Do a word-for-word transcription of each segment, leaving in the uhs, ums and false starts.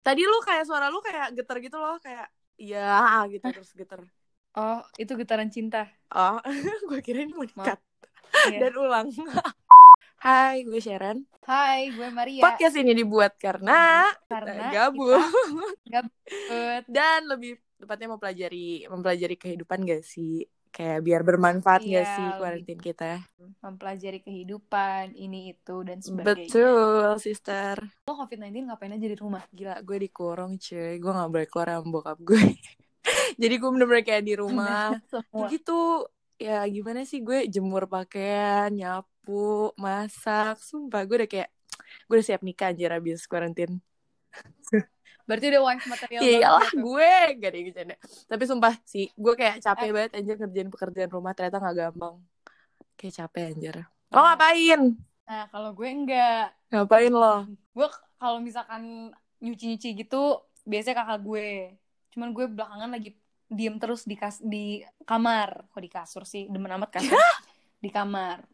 Tadi lu kayak suara lu kayak getar gitu loh, kayak iya gitu. Hah? Terus getar. Oh, itu getaran cinta. Oh, gue kira ini mau dikat. Iya. Dan ulang. Hai, gue Sharon. Hai, gue Maria. Podcast ini dibuat karena karena gabut. Kita gabut. Dan lebih tepatnya mempelajari mempelajari kehidupan gak sih? Kayak biar bermanfaat iya, gak sih kuarantin kita? Mempelajari kehidupan, ini itu dan sebagainya. Betul, sister. Lo covid sembilan belas ngapain aja di rumah? Gila, gue dikurung cuy. Gue gak boleh keluar sama bokap gue. Jadi gue bener-bener kayak di rumah. Gitu. Ya gimana sih, gue jemur pakaian, nyapu, masak. Sumpah gue udah kayak, gue udah siap nikah anjir abis kuarantin. Berarti udah wife material banget. Iyalah gitu. Gue gak ada yang bercanda. Tapi sumpah sih, gue kayak capek eh. banget anjir ngerjain pekerjaan rumah. Ternyata gak gampang. Kayak capek anjir. Lo nah, ngapain? Nah kalau gue enggak. Ngapain lo? Gue kalau misalkan nyuci-nyuci gitu biasanya kakak gue. Cuman gue belakangan lagi diem terus di kas di kamar. Kok di kasur sih? Demen amat kasur. Di kamar.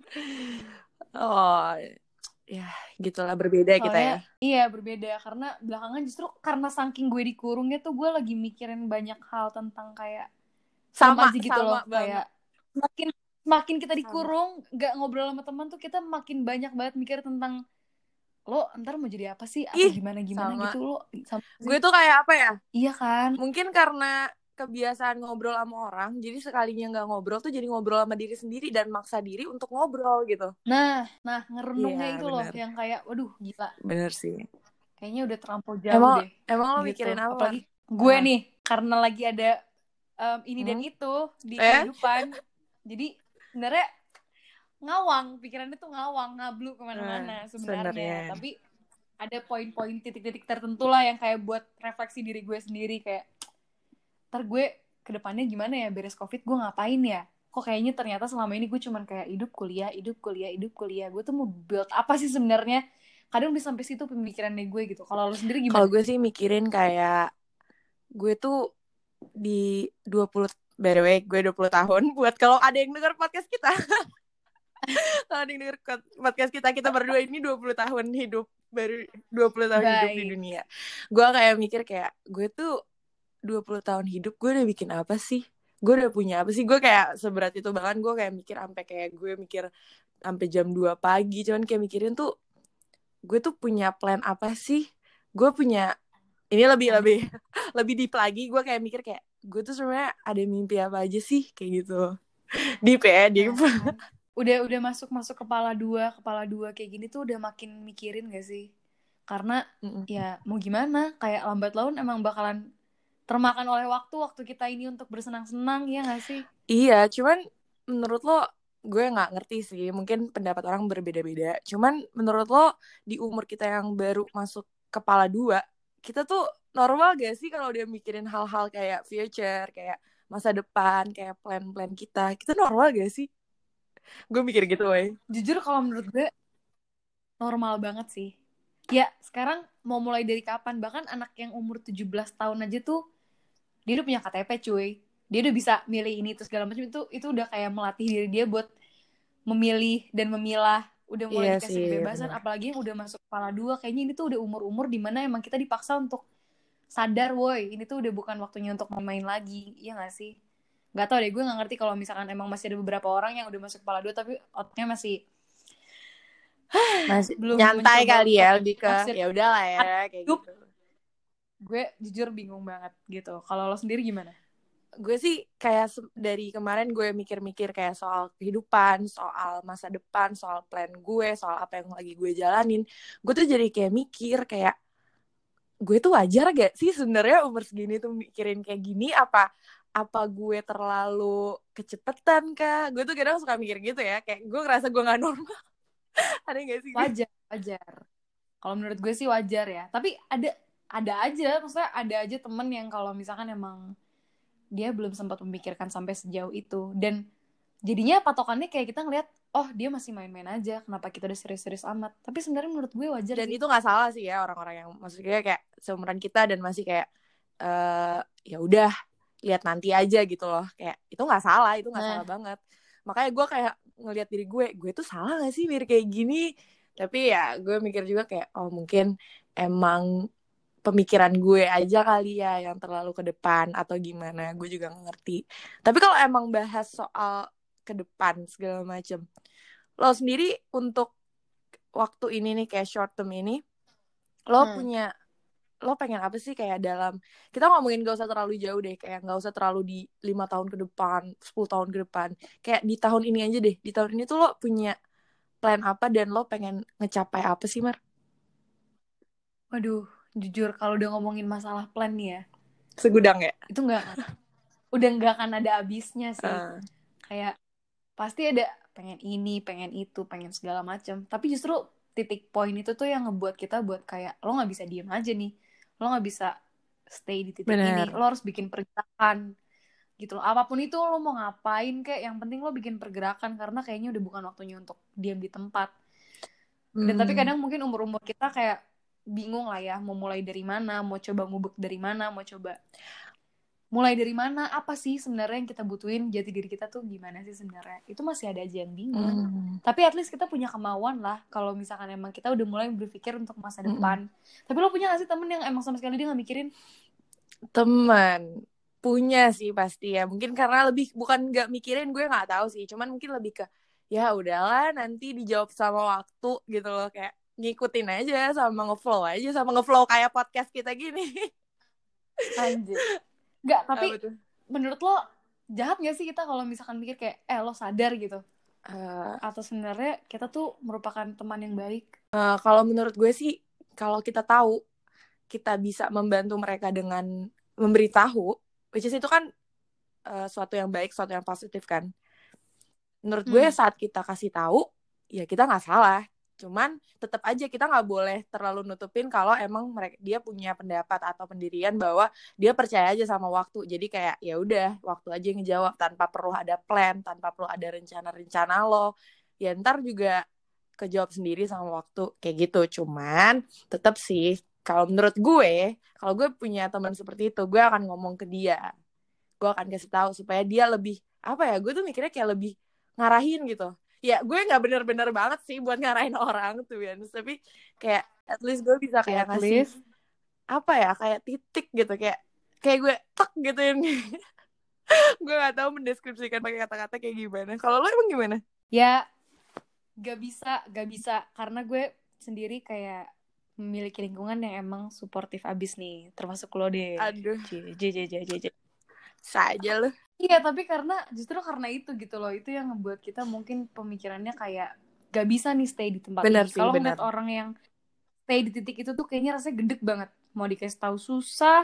Oh, ya gitulah, berbeda soalnya, kita ya. Iya berbeda, karena belakangan justru karena saking gue dikurungnya tuh gue lagi mikirin banyak hal tentang kayak sama aja gitu sama loh banget. Kayak makin makin kita dikurung sama. Gak ngobrol sama teman tuh kita makin banyak banget mikir tentang lo ntar mau jadi apa sih, atau gimana gimana gitu lo sama gue tuh kayak apa ya, iya kan, mungkin karena kebiasaan ngobrol sama orang, jadi sekalinya nggak ngobrol tuh jadi ngobrol sama diri sendiri dan maksa diri untuk ngobrol gitu. Nah, nah ngerenungnya iya, itu bener. Loh yang kayak, waduh gila. Bener sih. Kayaknya udah terlampau jauh emang, deh. Emang lo gitu. mikirin apa? Apalagi gue nah. nih, karena lagi ada um, ini hmm? dan itu di eh? kehidupan, jadi sebenarnya ngawang, pikirannya tuh ngawang, ngablu kemana-mana eh, sebenarnya. Tapi ada poin-poin titik-titik tertentu lah yang kayak buat refleksi diri gue sendiri, kayak ntar gue kedepannya gimana ya, beres covid gue ngapain ya, kok kayaknya ternyata selama ini gue cuman kayak hidup kuliah hidup kuliah hidup kuliah gue tuh mau build apa sih sebenarnya. Kadang udah sampai situ pemikirannya gue gitu. Kalau lo sendiri gimana? Kalau gue sih mikirin kayak gue tuh di dua puluh, by the way gue dua puluh tahun, buat kalau ada yang denger podcast kita. Kalau ada yang denger podcast kita, kita berdua ini dua puluh tahun hidup, baru dua puluh tahun Bye. hidup di dunia. Gue kayak mikir kayak gue tuh dua puluh tahun hidup gue udah bikin apa sih? Gue udah punya apa sih? Gue kayak seberat itu, bahkan gue kayak mikir sampai kayak gue mikir sampai jam dua pagi, cuman kayak mikirin tuh gue tuh punya plan apa sih? Gue punya ini lebih lebih lebih deep lagi. Gue kayak mikir kayak gue tuh sebenarnya ada mimpi apa aja sih, kayak gitu. Deep ya, deep. Nah, udah udah masuk masuk kepala dua kepala dua kayak gini tuh udah makin mikirin gak sih? Karena Mm-mm. ya mau gimana, kayak lambat laun emang bakalan termakan oleh waktu waktu kita ini untuk bersenang-senang, ya gak sih? Iya, cuman menurut lo, gue nggak ngerti sih, mungkin pendapat orang berbeda-beda. Cuman menurut lo di umur kita yang baru masuk kepala dua, kita tuh normal gak sih kalau udah mikirin hal-hal kayak future, kayak masa depan, kayak plan-plan kita, kita normal gak sih? Gue mikir gitu, woy. Jujur kalau menurut gue normal banget sih. Ya sekarang mau mulai dari kapan? Bahkan anak yang umur tujuh belas tahun aja tuh dia udah punya K T P cuy. Dia udah bisa milih ini terus segala macam, itu itu udah kayak melatih diri dia buat memilih dan memilah. Udah mulai iya dikasih sih, kebebasan, bener. Apalagi yang udah masuk kepala dua, kayaknya ini tuh udah umur-umur dimana emang kita dipaksa untuk sadar, woi, ini tuh udah bukan waktunya untuk main lagi, iya gak sih? Gak tau deh, gue gak ngerti kalau misalkan emang masih ada beberapa orang yang udah masuk kepala dua tapi otaknya masih masih belum nyantai kali ya, lebih ke ya udahlah ya kayak gitu. Gue jujur bingung banget gitu. Kalau lo sendiri gimana? Gue sih kayak dari kemarin gue mikir-mikir kayak soal kehidupan, soal masa depan, soal plan gue, soal apa yang lagi gue jalanin. Gue tuh jadi kayak mikir kayak gue tuh wajar gak sih sebenarnya umur segini tuh mikirin kayak gini, apa apa gue terlalu kecepetan kah? Gue tuh kadang suka mikir gitu ya, kayak gue ngerasa gue gak normal. Ada gak sih? Wajar, wajar. Kalau menurut gue sih wajar ya. Tapi ada ada aja, maksudnya ada aja temen yang kalau misalkan emang dia belum sempat memikirkan sampai sejauh itu. Dan jadinya patokannya kayak kita ngeliat, oh dia masih main-main aja, kenapa kita udah serius-serius amat. Tapi sebenarnya menurut gue wajar dan sih. Itu gak salah sih ya, orang-orang yang maksudnya kayak seumuran kita dan masih kayak uh, ya udah lihat nanti aja gitu loh. Kayak itu gak salah, itu gak nah. salah banget. Makanya gue kayak ngelihat diri gue, gue tuh salah gak sih mikir kayak gini? Tapi ya gue mikir juga kayak, oh mungkin emang pemikiran gue aja kali ya yang terlalu ke depan atau gimana, gue juga nggak ngerti. Tapi kalau emang bahas soal ke depan segala macam, lo sendiri untuk waktu ini nih kayak short term ini, lo Hmm. punya, lo pengen apa sih kayak dalam, kita ngomongin gak usah terlalu jauh deh, kayak gak usah terlalu di lima tahun ke depan, sepuluh tahun ke depan, kayak di tahun ini aja deh, di tahun ini tuh lo punya plan apa dan lo pengen ngecapai apa sih, Mar? Waduh, jujur kalau udah ngomongin masalah plan nih ya, Segudang ya? itu nggak udah nggak akan ada habisnya sih. Uh, Kayak pasti ada pengen ini, pengen itu, pengen segala macam. Tapi justru titik poin itu tuh yang ngebuat kita buat kayak lo nggak bisa diem aja nih, lo nggak bisa stay di titik ini, bener. lo harus bikin pergerakan gitu loh. Apapun itu lo mau ngapain kayak yang penting lo bikin pergerakan karena kayaknya udah bukan waktunya untuk diam di tempat. Dan tapi Hmm. kadang mungkin umur-umur kita kayak bingung lah ya, mau mulai dari mana, mau coba ngubek dari mana, mau coba mulai dari mana, apa sih sebenarnya yang kita butuhin, jati diri kita tuh gimana sih sebenarnya. Itu masih ada aja yang bingung. Hmm. Tapi at least kita punya kemauan lah kalau misalkan emang kita udah mulai berpikir untuk masa depan. Mm-mm. Tapi lo punya gak sih temen yang emang sama sekali dia gak mikirin? Teman punya sih pasti ya, mungkin karena lebih bukan nggak mikirin, gue nggak tahu sih, cuman mungkin lebih ke ya udahlah nanti dijawab sama waktu gitu loh, kayak ngikutin aja sama ngeflow aja sama ngeflow kayak podcast kita gini. Anjir. Gak, tapi Apa tuh? menurut lo jahat gak sih kita kalau misalkan mikir kayak eh lo sadar gitu? Uh, Atau sebenarnya kita tuh merupakan teman yang baik? uh, kalau menurut gue sih, kalau kita tahu kita bisa membantu mereka dengan memberitahu, which is itu kan uh, suatu yang baik, suatu yang positif kan. Menurut gue Hmm. saat kita kasih tahu, ya kita nggak salah. Cuman tetap aja kita nggak boleh terlalu nutupin kalau emang mereka dia punya pendapat atau pendirian bahwa dia percaya aja sama waktu. Jadi kayak ya udah waktu aja yang ngejawab tanpa perlu ada plan, tanpa perlu ada rencana-rencana lo. Ya ntar juga kejawab sendiri sama waktu kayak gitu. Cuman tetap sih kalau menurut gue, kalau gue punya teman seperti itu, gue akan ngomong ke dia. Gue akan kasih tahu supaya dia lebih apa ya? Gue tuh mikirnya kayak lebih ngarahin gitu. Ya gue nggak bener-bener banget sih buat ngarahin orang tuh ya, tapi kayak at least gue bisa Ya kayak at ngasih least. apa ya, kayak titik gitu, kayak kayak gue tek gituin. Gue nggak tahu mendeskripsikan pakai kata-kata kayak gimana. Kalau lo emang gimana? Ya gak bisa, gak bisa. Karena gue sendiri kayak memiliki lingkungan yang emang suportif abis nih. Termasuk lo deh. Aduh, J, J, J, J, J, J. saja lo. Iya, tapi karena justru karena itu gitu loh. Itu yang ngebuat kita mungkin pemikirannya kayak gak bisa nih stay di tempat Bener ini. sih, Kalau bener. ngeliat orang yang stay di titik itu tuh kayaknya rasanya gendek banget. Mau dikasih tahu susah.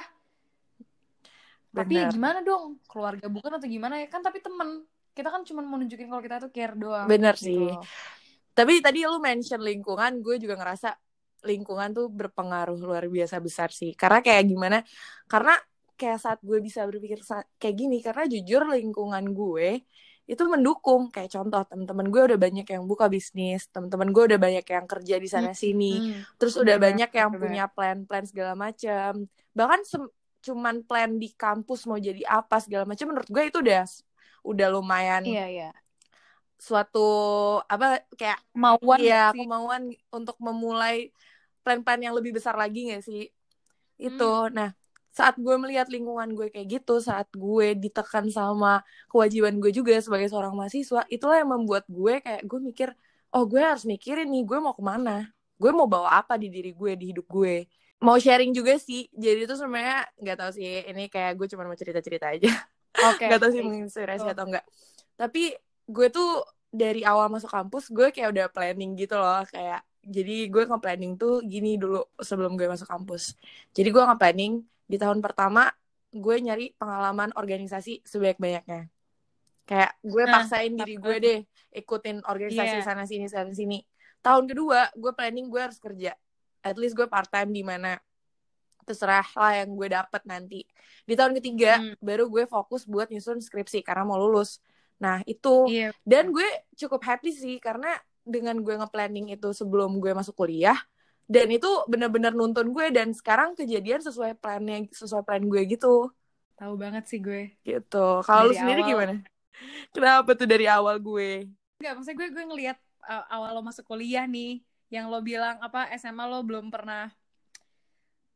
Tapi ya Bener. gimana dong? Keluarga bukan atau gimana ya? Kan tapi temen. Kita kan cuma mau nunjukin kalau kita tuh care doang Bener gitu sih. loh. Tapi tadi lu mention lingkungan, gue juga ngerasa lingkungan tuh berpengaruh luar biasa besar sih. Karena kayak gimana? Karena kayak saat gue bisa berpikir kayak gini, karena jujur lingkungan gue itu mendukung. Kayak contoh, teman-teman gue udah banyak yang buka bisnis, teman-teman gue udah banyak yang kerja di Hmm, sana sini, hmm. terus udah Bener banget, banyak yang bener banget. punya plan-plan segala macam. Bahkan sem- cuman plan di kampus mau jadi apa segala macam, menurut gue itu udah udah lumayan Iya, iya. suatu apa kayak Kemauan gak ya sih? kemauan untuk memulai plan-plan yang lebih besar lagi gak sih itu. Hmm. Nah saat gue melihat lingkungan gue kayak gitu, saat gue ditekan sama kewajiban gue juga sebagai seorang mahasiswa, itulah yang membuat gue kayak gue mikir, oh gue harus mikirin nih gue mau kemana, gue mau bawa apa di diri gue, di hidup gue. Mau sharing juga sih, jadi itu sebenarnya nggak tahu sih, ini kayak gue cuma mau cerita-cerita aja. Oke, Nggak tahu sih baik. menginspirasi Oh. atau enggak, tapi gue tuh dari awal masuk kampus gue kayak udah planning gitu loh, kayak jadi gue nge-planning tuh gini dulu sebelum gue masuk kampus. Jadi gue nge-planning di tahun pertama gue nyari pengalaman organisasi sebanyak-banyaknya. Kayak gue Nah, paksain diri gue tapi deh ikutin organisasi iya. sana sini sana sini. Tahun kedua gue planning gue harus kerja. At least gue part time di mana, terserah lah yang gue dapet nanti. Di tahun ketiga Hmm. baru gue fokus buat nyusun skripsi karena mau lulus. Nah itu, Iya. dan gue cukup happy sih karena dengan gue nge-planning itu sebelum gue masuk kuliah, dan itu benar-benar nuntun gue, dan sekarang kejadian sesuai plannya, sesuai plan gue gitu. Tahu banget sih gue. Gitu. Kalau lu Dari sendiri awal. gimana? Kenapa tuh dari awal gue? Enggak, maksudnya gue gue ngelihat uh, awal lo masuk kuliah nih, yang lo bilang apa S M A lo belum pernah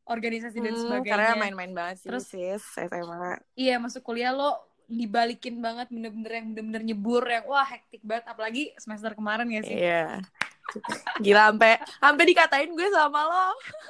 organisasi dan Hmm, karena sebagainya. main-main banget sih Terus sis S M A. iya masuk kuliah lo dibalikin banget, bener-bener yang bener-bener nyebur yang wah hektik banget, apalagi semester kemarin ya sih. Iya. Gila sampai sampai dikatain gue sama lo.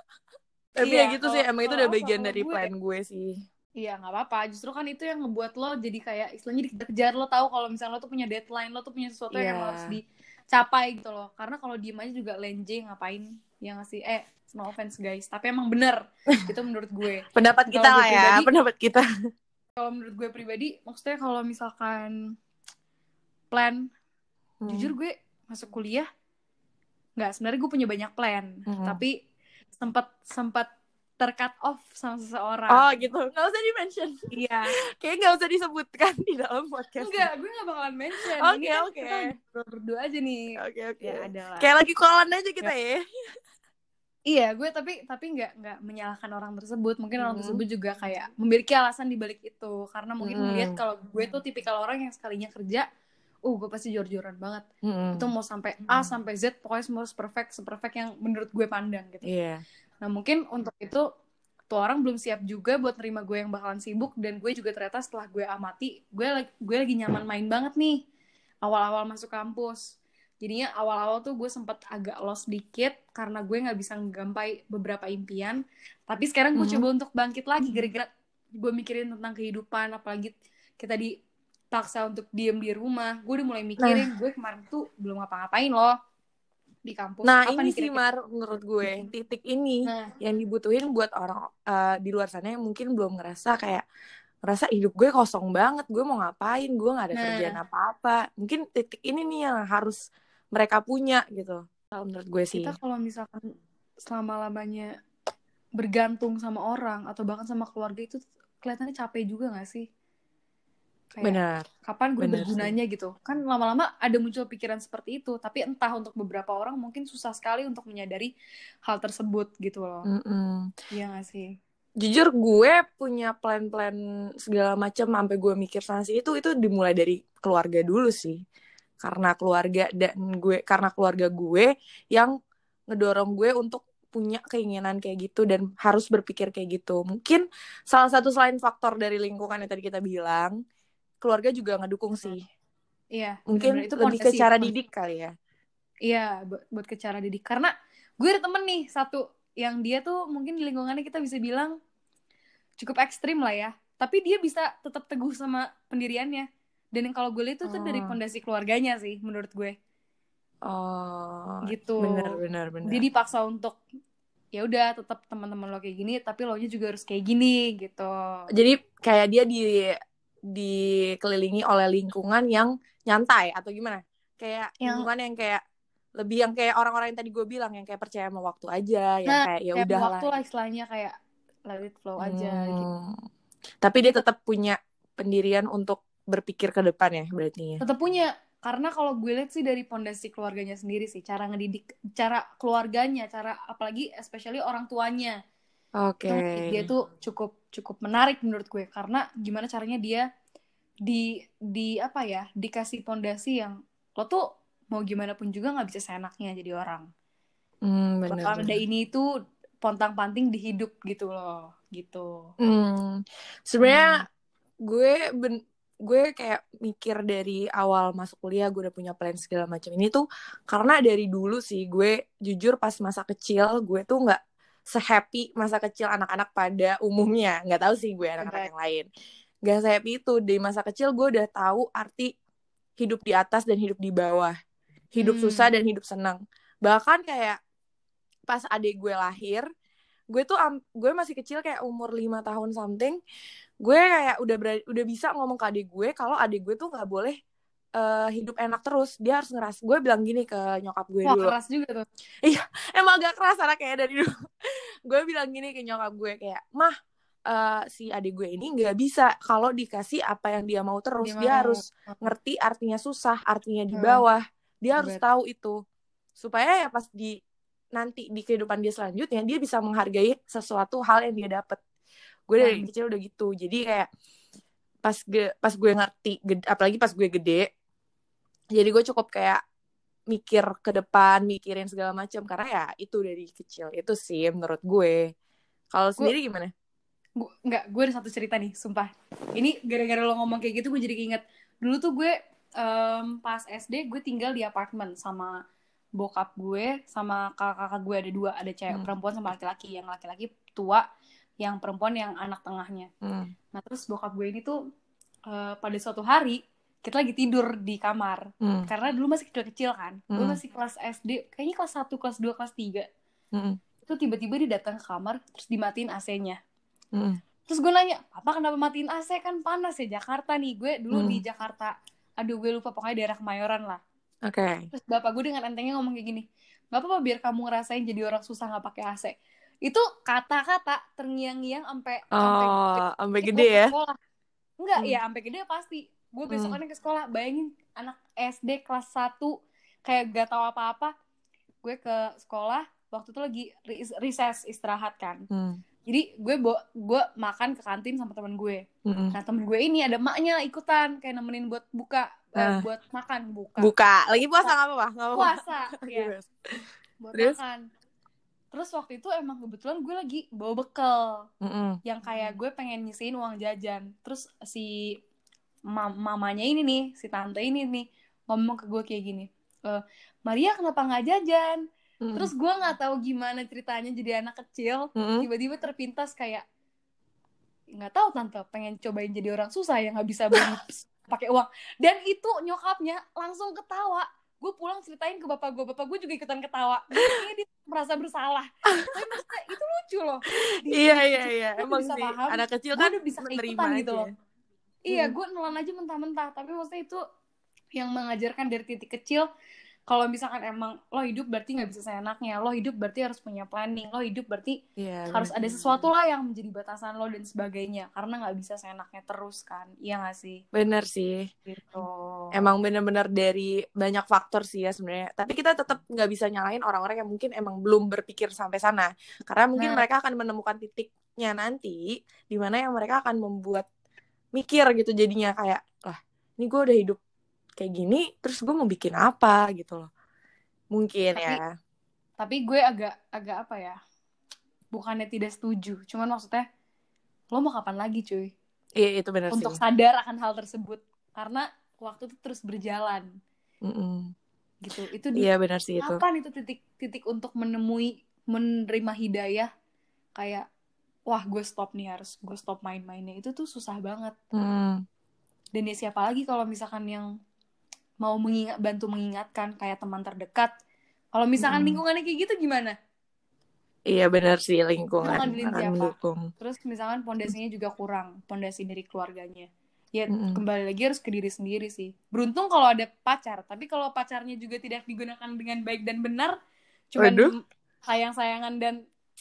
Tapi ya Iya, gitu sih, kalau emang itu kalau udah apa bagian kalau dari gue plan gue sih. iya nggak apa-apa, justru kan itu yang ngebuat lo jadi kayak istilahnya dikejar, lo tahu kalau misalnya lo tuh punya deadline, lo tuh punya sesuatu yang emang harus Iya. dicapai gitu loh. Karena kalau diem aja juga lenje, ngapain ya nggak sih, eh no offense guys, tapi emang bener itu menurut gue. Pendapat Dan kita kalau gue lah ya, pribadi pendapat kita. kalau menurut gue pribadi maksudnya kalau misalkan plan, jujur Hmm. gue masuk kuliah nggak, sebenarnya gue punya banyak plan, Hmm. tapi sempat sempat tercut off sama Oh seseorang. gitu, nggak usah di-mention. Iya. Kayaknya nggak usah disebutkan di dalam podcast. Enggak, gue gak bakalan mention. Ini Oke kan oke. kita lagi berdua aja nih. Oke oke. Ya adalah. Kayak lagi kolan aja kita Ya. ya. Iya, gue tapi tapi nggak nggak menyalahkan orang tersebut. Mungkin orang Hmm. tersebut juga kayak memiliki alasan di balik itu. Karena mungkin Hmm. melihat kalau gue tuh tipikal orang yang sekalinya kerja, uh gue pasti jor-joran banget. Hmm. Itu mau sampai A sampai Z, pokoknya semua harus perfect, seperfect yang menurut gue pandang gitu. Iya. Nah mungkin untuk itu tuh orang belum siap juga buat nerima gue yang bakalan sibuk, dan gue juga ternyata setelah gue amati, gue lagi gue lagi nyaman main banget nih awal-awal masuk kampus. Jadinya awal-awal tuh gue sempat agak lost dikit karena gue nggak bisa nggampai beberapa impian. Tapi sekarang gue Mm-hmm. coba untuk bangkit lagi gara-gara gue mikirin tentang kehidupan, apalagi kita dipaksa untuk diem di rumah. Gue udah mulai mikirin, nah, gue kemarin tuh belum ngapa-ngapain loh di kampus. Nah apa ini nih sih kira-kira? Mar, menurut gue titik ini Nah, yang dibutuhin buat orang uh, di luar sana yang mungkin belum ngerasa kayak ngerasa hidup gue kosong banget, gue mau ngapain, gue nggak ada nah, kerjaan apa-apa. Mungkin titik ini nih yang harus mereka punya gitu. Kalau menurut gue sih. kita kalau misalkan selama-lamanya bergantung sama orang atau bahkan sama keluarga itu kelihatannya capek juga nggak sih? Kayak Benar. kapan gue Benar bergunanya sih. gitu. Kan lama-lama ada muncul pikiran seperti itu, tapi entah untuk beberapa orang mungkin susah sekali untuk menyadari hal tersebut gitu loh. Mm-mm. Iya nggak sih? Jujur gue punya plan-plan segala macam sampai gue mikir sana sih, itu itu dimulai dari keluarga dulu sih. Karena keluarga dan gue karena keluarga gue yang ngedorong gue untuk punya keinginan kayak gitu dan harus berpikir kayak gitu. Mungkin salah satu selain faktor dari lingkungan yang tadi kita bilang, keluarga juga ngedukung sih. Iya, Mungkin itu lebih ke pondasi, cara pondasi. didik kali ya. Iya, buat, buat ke cara didik. Karena gue ada temen nih satu yang dia tuh mungkin di lingkungannya kita bisa bilang cukup ekstrim lah ya. Tapi dia bisa tetap teguh sama pendiriannya. Dan yang kalau gue lihat itu Oh. tuh dari pondasi keluarganya sih menurut gue. Oh, gitu. benar benar benar. Dia dipaksa untuk ya udah tetap teman-teman lo kayak gini, tapi lo nya juga harus kayak gini gitu. Jadi kayak dia di dikelilingi oleh lingkungan yang nyantai atau gimana? Kayak Yang, lingkungan yang kayak lebih yang kayak orang-orang yang tadi gue bilang yang kayak percaya sama waktu aja, yang nah, kayak ya kayak udah waktu lah. lah istilahnya kayak let it flow aja Hmm. gitu. Tapi dia tetap punya pendirian untuk berpikir ke depan ya berarti ya. Tetap punya, karena kalau gue lihat sih dari pondasi keluarganya sendiri sih, cara ngedidik, cara keluarganya, cara apalagi especially orang tuanya. Oke. Okay. Dia tuh cukup cukup menarik menurut gue, karena gimana caranya dia di di apa ya, dikasih pondasi yang lo tuh mau gimana pun juga nggak bisa seenaknya jadi orang. Hmm, bener, bakal ada bener. ini itu pontang-panting di hidup gitu loh, gitu. Hmm. Sebenarnya hmm. gue ben gue kayak mikir dari awal masuk kuliah gue udah punya plan segala macam ini tuh karena dari dulu sih gue jujur pas masa kecil gue tuh nggak sehappy masa kecil anak-anak pada umumnya, nggak tahu sih gue anak-anak yang lain nggak sehappy itu. Dari masa kecil gue udah tahu arti hidup di atas dan hidup di bawah, hidup hmm. susah dan hidup senang. Bahkan kayak pas adik gue lahir, gue tuh gue masih kecil kayak umur lima tahun something, gue kayak udah berani, udah bisa ngomong ke adik gue kalau adik gue tuh nggak boleh uh, hidup enak terus, dia harus ngeras. Gue bilang gini ke nyokap gue Wah, dulu. keras juga tuh. Iya, emang agak keras anaknya dari dulu. Gue bilang gini ke nyokap gue kayak, mah uh, si adik gue ini nggak bisa kalau dikasih apa yang dia mau terus. Dia, dia mau. Harus ngerti artinya susah, artinya di bawah. Dia harus Bet. tahu itu supaya ya pas di nanti di kehidupan dia selanjutnya dia bisa menghargai sesuatu hal yang dia dapat. Gue dari hmm. kecil udah gitu. Jadi kayak pas gue pas gue ngerti, gede, apalagi pas gue gede, jadi gue cukup kayak mikir ke depan, mikirin segala macam karena ya itu dari kecil itu sih menurut gue. Kalau Gue sendiri gimana? gue nggak gue ada satu cerita nih, sumpah. Ini gara-gara lo ngomong kayak gitu gue jadi keinget. Dulu tuh gue em, pas S D gue tinggal di apartemen sama bokap gue sama kakak-kakak gue, ada dua, ada cewek Hmm. perempuan sama laki-laki. Yang laki-laki tua, yang perempuan yang anak tengahnya. Hmm. Nah terus bokap gue ini tuh eh, pada suatu hari kita lagi tidur di kamar. Hmm. Karena dulu masih kecil-kecil kan. Gue Hmm. masih kelas S D, kayaknya kelas satu, kelas dua, kelas tiga. Hmm. Itu tiba-tiba dia datang ke kamar terus dimatiin A C-nya. Hmm. Terus gue nanya, papa kenapa matiin A C, kan panas ya Jakarta nih. Gue dulu Hmm. di Jakarta, aduh gue lupa, pokoknya daerah Kemayoran lah. Oke. Okay. Terus bapak gue dengan entengnya ngomong kayak gini, gak apa-apa biar kamu ngerasain jadi orang susah gak pakai A C. Itu kata-kata terngiang-ngiang sampai sampai Oh, sampai gue gede ke ya? sekolah. Enggak, Hmm. ya sampai gede pasti. Gue Hmm. besokannya ke sekolah. Bayangin anak S D kelas satu kayak gak tahu apa-apa. Gue ke sekolah waktu itu lagi recess, istirahat kan. Hmm. Jadi gue bo- gue makan ke kantin sama temen gue. Hmm. Nah temen gue ini ada maknya ikutan kayak nemenin buat buka, eh, Ah. buat makan buka. Buka. Lagi puasa nggak apa-apa? Nggak apa-apa. Puasa, ya. Terus? Buat Terus? makan. Terus waktu itu emang kebetulan gue lagi bawa bekal, Mm-mm. yang kayak gue pengen nyisihin uang jajan. Terus si mam- mamanya ini nih, si tante ini nih ngomong ke gue kayak gini, e, Maria kenapa nggak jajan? Mm. Terus gue nggak tahu gimana ceritanya jadi anak kecil, Mm-mm. tiba-tiba terpintas kayak nggak tahu tante, pengen cobain jadi orang susah yang nggak bisa beli pakai uang. Dan itu nyokapnya langsung ketawa. Gue pulang ceritain ke bapak gue, bapak gue juga ikutan ketawa. Kayaknya dia merasa bersalah. Tapi maksudnya itu lucu loh. Di, Iya di, iya iya. gue Emang bisa sih paham, anak kecil gue kan udah bisa menerima ikutan aja. gitu loh. Iya, Hmm. gue nelan aja mentah-mentah. Tapi maksudnya itu yang mengajarkan dari titik kecil, kalau misalkan emang lo hidup berarti nggak bisa seenaknya, lo hidup berarti harus punya planning, lo hidup berarti Iya, harus bener. ada sesuatu lah yang menjadi batasan lo dan sebagainya, karena nggak bisa seenaknya terus kan, iya nggak sih? Bener sih. Gitu. Emang bener-bener dari banyak faktor sih ya sebenarnya. Tapi kita tetap nggak bisa nyalain orang-orang yang mungkin emang belum berpikir sampai sana, karena mungkin Nah. mereka akan menemukan titiknya nanti di mana yang mereka akan membuat mikir gitu, jadinya kayak lah ini gue udah hidup kayak gini, terus gue mau bikin apa gitu loh. Mungkin tapi, ya. Tapi gue agak agak apa ya? Bukannya tidak setuju, cuman maksudnya lo mau kapan lagi cuy? Iya itu benar sih. Untuk sadar akan hal tersebut, karena waktu itu terus berjalan. Mm-mm. Gitu. Itu di iya benar sih itu. kapan itu titik-titik untuk menemui, menerima hidayah kayak wah gue stop nih, harus gue stop main-mainnya, itu tuh susah banget. Mm. Dan ya siapa lagi kalau misalkan yang mau mengingat, bantu mengingatkan kayak teman terdekat. Kalau misalkan Mm. lingkungannya kayak gitu gimana? Iya benar sih, lingkungan Mau ngandelin akan siapa? mendukung. Terus misalkan pondasinya juga kurang, pondasi dari keluarganya. Ya Mm-mm. kembali lagi harus ke diri sendiri sih. Beruntung kalau ada pacar, tapi kalau pacarnya juga tidak digunakan dengan baik dan benar, cuman Waduh. sayang-sayangan dan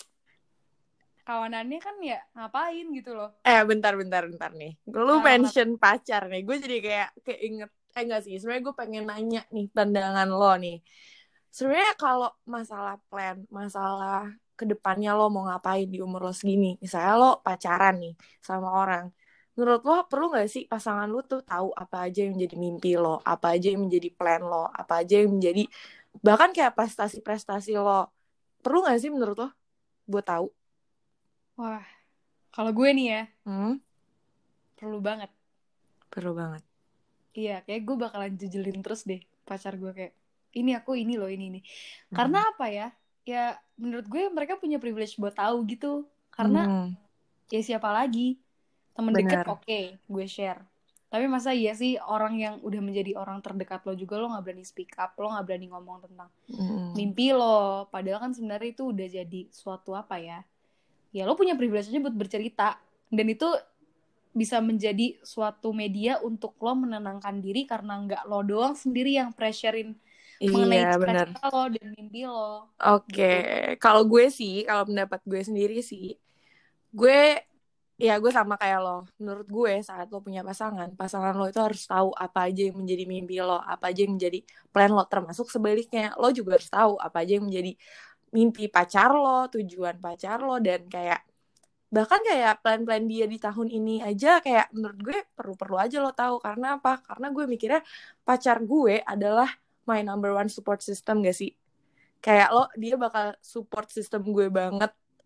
kawanannya, kan ya ngapain gitu loh. Eh bentar bentar bentar nih. Lu Kenapa, mention pacar nih. Gue jadi kayak keinget. Eh enggak sih. Sebenarnya gue pengen nanya nih pandangan lo nih. Sebenarnya kalau masalah plan, masalah kedepannya lo mau ngapain di umur lo segini. Misalnya lo pacaran nih sama orang. Menurut lo perlu nggak sih pasangan lo tuh tahu apa aja yang menjadi mimpi lo, apa aja yang menjadi plan lo, apa aja yang menjadi bahkan kayak prestasi-prestasi lo. Perlu nggak sih menurut lo buat tahu? Wah, kalau gue nih ya, Hmm? perlu banget. Perlu banget. Iya, kayak gue bakalan jejelin terus deh pacar gue, kayak ini aku ini loh, ini nih. Hmm. Karena apa ya? Ya menurut gue mereka punya privilege buat tahu gitu. Karena Hmm. ya siapa lagi? Temen Benar. deket oke, okay, gue share. Tapi masa iya sih orang yang udah menjadi orang terdekat lo juga lo gak berani speak up, lo gak berani ngomong tentang Hmm. mimpi lo. Padahal kan sebenarnya itu udah jadi suatu apa ya? Ya lo punya privilege aja buat bercerita. Dan itu bisa menjadi suatu media untuk lo menenangkan diri, karena nggak lo doang sendiri yang pressurein mengenai Iya, benar. cita-cita lo dan mimpi lo. Oke, Gitu. kalau gue sih, kalau pendapat gue sendiri sih, gue ya gue sama kayak lo. Menurut gue saat lo punya pasangan, pasangan lo itu harus tahu apa aja yang menjadi mimpi lo, apa aja yang menjadi plan lo, termasuk sebaliknya lo juga harus tahu apa aja yang menjadi mimpi pacar lo, tujuan pacar lo, dan kayak bahkan kayak plan-plan dia di tahun ini aja kayak menurut gue perlu-perlu aja lo tahu. Karena apa? Karena gue mikirnya pacar gue adalah my number one support system gak sih? Kayak lo, dia bakal support system gue banget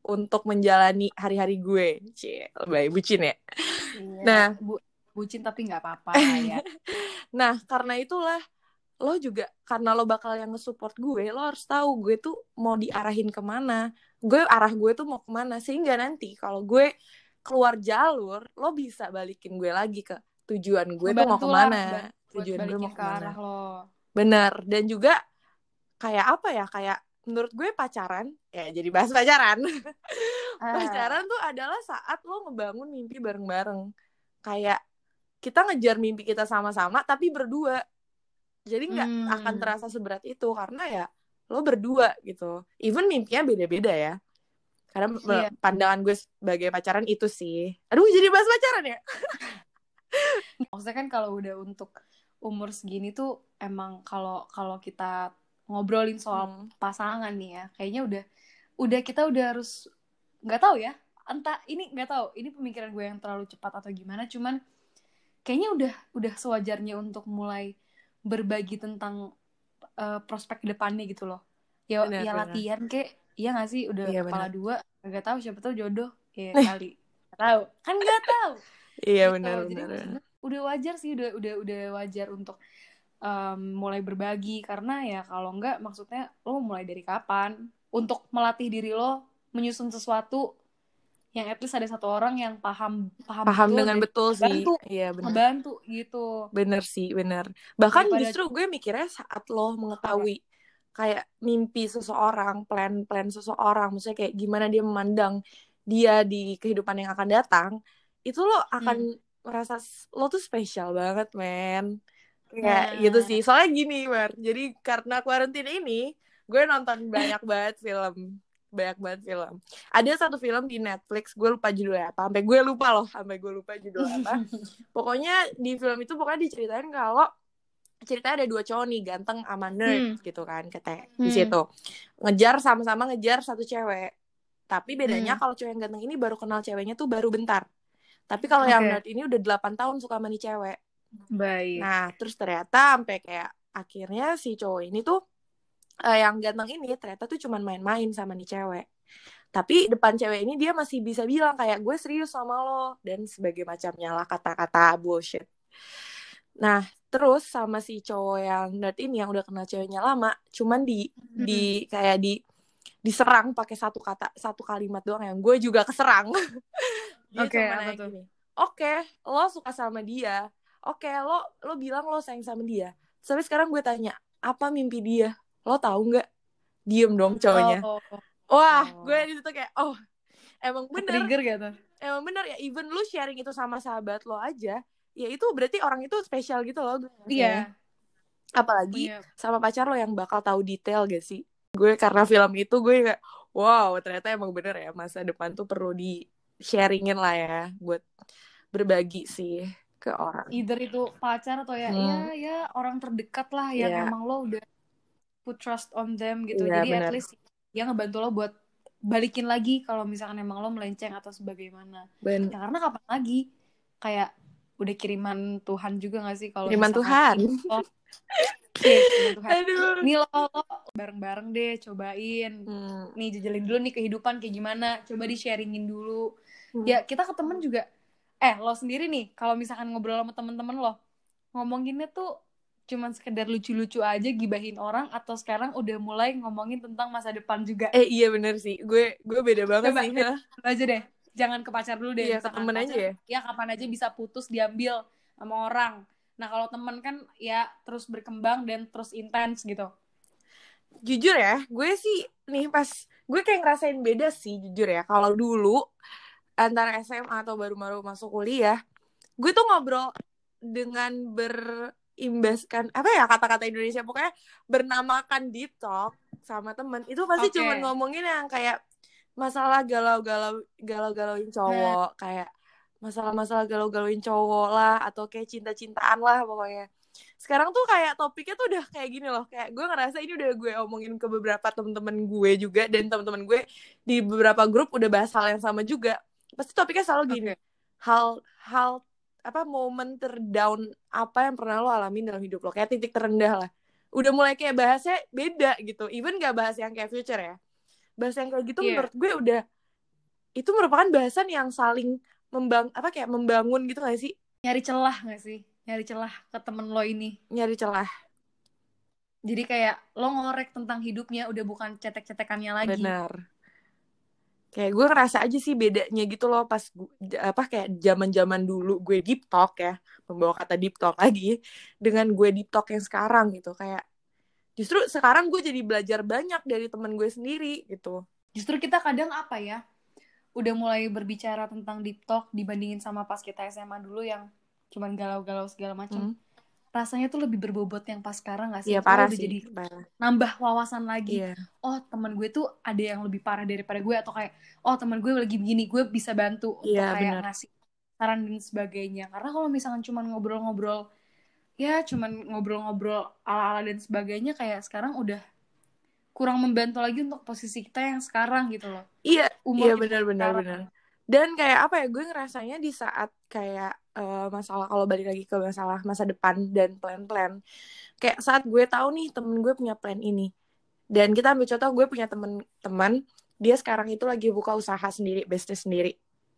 untuk menjalani hari-hari gue. Cie, lebay bucin ya. Iya, Nah, bu bucin tapi nggak apa-apa ya. Nah, karena itulah lo juga, karena lo bakal yang nge-support gue, lo harus tahu gue tuh mau diarahin kemana. Gue, arah gue tuh mau kemana. Sehingga nanti kalau gue keluar jalur, lo bisa balikin gue lagi ke tujuan gue tuh mau Ngebantu lah kemana. buat Tujuan gue balikin mau ke kemana. arah lo. Bener. Dan juga kayak apa ya, kayak menurut gue pacaran, ya jadi bahas pacaran. Ah, Pacaran tuh adalah saat lo ngebangun mimpi bareng-bareng. Kayak kita ngejar mimpi kita sama-sama tapi berdua. Jadi nggak hmm, akan terasa seberat itu karena ya lo berdua gitu. Even mimpinya beda-beda ya. Karena iya. pandangan gue sebagai pacaran itu sih. Aduh, jadi bahas pacaran ya? Maksudnya kan kalau udah untuk umur segini tuh emang kalau kalau kita ngobrolin soal Hmm. pasangan nih ya, kayaknya udah udah kita udah harus, nggak tahu ya, entah ini nggak tahu ini pemikiran gue yang terlalu cepat atau gimana, cuman kayaknya udah udah sewajarnya untuk mulai berbagi tentang uh, prospek depannya gitu loh. Ya Benar, ya benar. latihan kek, iya nggak sih, udah Iya, kepala benar. dua, nggak tahu siapa tahu jodoh ya kali, nggak tahu kan, nggak tahu. Iya, Gitu. benar, Jadi benar, benar. udah wajar sih, udah udah udah wajar untuk um, mulai berbagi, karena ya kalau enggak maksudnya lo mulai dari kapan untuk melatih diri lo menyusun sesuatu yang at least ada satu orang yang paham paham, Paham betul dengan dan betul sih. bantu, Iya, benar. ngebantu gitu. Bener sih, bener. Bahkan Daripada justru gue mikirnya saat lo mengetahui kayak mimpi seseorang, plan-plan seseorang, maksudnya kayak gimana dia memandang dia di kehidupan yang akan datang, itu lo akan hmm. merasa lo tuh spesial banget, men. Kayak gitu Nah, sih. Soalnya gini, Mar. Jadi karena quarantine ini, gue nonton banyak banget film. Banyak banget film. Ada satu film di Netflix, gue lupa judulnya apa. Sampai gue lupa loh, sampai gue lupa judul apa. Pokoknya di film itu pokoknya diceritain kalau ceritanya ada dua cowok nih, ganteng sama nerd hmm. gitu kan, katanya Hmm. di situ. Ngejar sama-sama ngejar satu cewek. Tapi bedanya Hmm. kalau cewek yang ganteng ini baru kenal ceweknya tuh baru bentar. Tapi kalau yang Oke. nerd ini udah delapan tahun suka sama nih cewek. Baik. Nah, terus ternyata sampai kayak akhirnya si cowok ini tuh uh, yang ganteng ini ternyata tuh cuman main-main sama nih cewek. Tapi depan cewek ini dia masih bisa bilang kayak gue serius sama lo dan sebagai macamnya lah kata-kata bullshit. Nah, terus sama si cowok yang nerd ini yang udah kenal ceweknya lama, cuman di hmm. di kayak di diserang pakai satu kata, satu kalimat doang yang gue juga keserang. Dia Oke, cuma apa nanya tuh? gini, oke, lo suka sama dia, oke, lo lo bilang lo sayang sama dia. Tapi sekarang gue tanya, apa mimpi dia? Lo tahu nggak? Diem dong cowoknya. Oh. Wah, Oh. gue di situ kayak, oh, emang bener, trigger gitu. Emang bener ya. Even lu sharing itu sama sahabat lo aja, ya itu berarti orang itu spesial gitu loh. Iya. Apalagi Punya. sama pacar lo yang bakal tahu detail gak sih? Gue karena film itu gue kayak, wow, ternyata emang bener ya, masa depan tuh perlu di sharingin lah ya buat berbagi sih ke orang. Either itu pacar atau ya hmm. ya ya orang terdekat lah yang yeah. emang lo udah put trust on them gitu. Yeah, jadi bener. At least dia ngebantu lo buat balikin lagi kalau misalkan emang lo melenceng atau sebagaimana. Ben. Ya karena kapan lagi? Kayak udah kiriman Tuhan juga gak sih kalau kiriman Tuhan. Lo, yeah, kiriman Tuhan. Aduh. Nih lo, lo bareng-bareng deh cobain. Hmm. Nih jajalin dulu nih kehidupan kayak gimana. Coba di-sharingin dulu. Hmm. Ya kita ke temen juga. Eh lo sendiri nih kalau misalkan ngobrol sama temen-temen lo, ngomonginnya tuh cuman sekedar lucu-lucu aja gibahin orang, atau sekarang udah mulai ngomongin tentang masa depan juga? Eh iya bener sih, gue gue beda banget coba, sih. Coba aja deh, jangan ke pacar dulu deh. Iya, ke temen aja ya. Ya kapan aja bisa putus diambil sama orang. Nah kalau temen kan ya terus berkembang dan terus intens gitu. Jujur ya, gue sih nih pas gue kayak ngerasain beda sih jujur ya. Kalau dulu antara S M A atau baru-baru masuk kuliah, gue tuh ngobrol dengan berimbaskan apa ya kata-kata Indonesia, pokoknya bernamakan deep talk sama temen itu pasti okay. Cuma ngomongin yang kayak masalah galau-galau galau-galauin cowok, hmm. kayak masalah-masalah galau-galauin cowok lah, atau kayak cinta-cintaan lah pokoknya. Sekarang tuh kayak topiknya tuh udah kayak gini loh, kayak gue ngerasa ini udah gue omongin ke beberapa temen-temen gue juga, dan temen-temen gue di beberapa grup udah bahas hal yang sama juga. Pasti topiknya selalu gini, okay. hal hal apa momen terdown apa yang pernah lo alamin dalam hidup lo, kayak titik terendah lah. Udah mulai kayak bahasnya beda gitu, even gak bahas yang kayak future ya, bahas yang kayak gitu yeah. Menurut gue udah itu merupakan bahasan yang saling membang apa kayak membangun gitu gak sih? Nyari celah gak sih? Nyari celah ke temen lo ini. Nyari celah. Jadi kayak lo ngorek tentang hidupnya, udah bukan cetek-cetekannya lagi. Benar. Kayak gue ngerasa aja sih bedanya gitu loh pas gu, apa kayak zaman-zaman dulu gue deep talk ya, membawa kata deep talk lagi dengan gue deep talk yang sekarang gitu. Kayak justru sekarang gue jadi belajar banyak dari temen gue sendiri gitu. Justru kita kadang apa ya, udah mulai berbicara tentang deep talk dibandingin sama pas kita S M A dulu yang cuman galau-galau segala macam. Hmm. Rasanya tuh lebih berbobot yang pas sekarang gak sih? Iya parah udah sih. Jadi parah. nambah wawasan lagi. Iya. Oh teman gue tuh ada yang lebih parah daripada gue, atau kayak oh teman gue lagi begini, gue bisa bantu untuk iya, kayak bener. ngasih saran dan sebagainya. Karena kalau misalkan cuman ngobrol-ngobrol, ya cuman ngobrol-ngobrol ala-ala dan sebagainya, kayak sekarang udah kurang membantu lagi untuk posisi kita yang sekarang gitu loh. Iya, Umur iya benar-benar benar. Dan kayak apa ya, gue ngerasanya di saat kayak uh, masalah, kalau balik lagi ke masalah masa depan dan plan-plan, kayak saat gue tahu nih temen gue punya plan ini, dan kita ambil contoh gue punya temen-teman, dia sekarang itu lagi buka usaha sendiri, bisnis sendiri,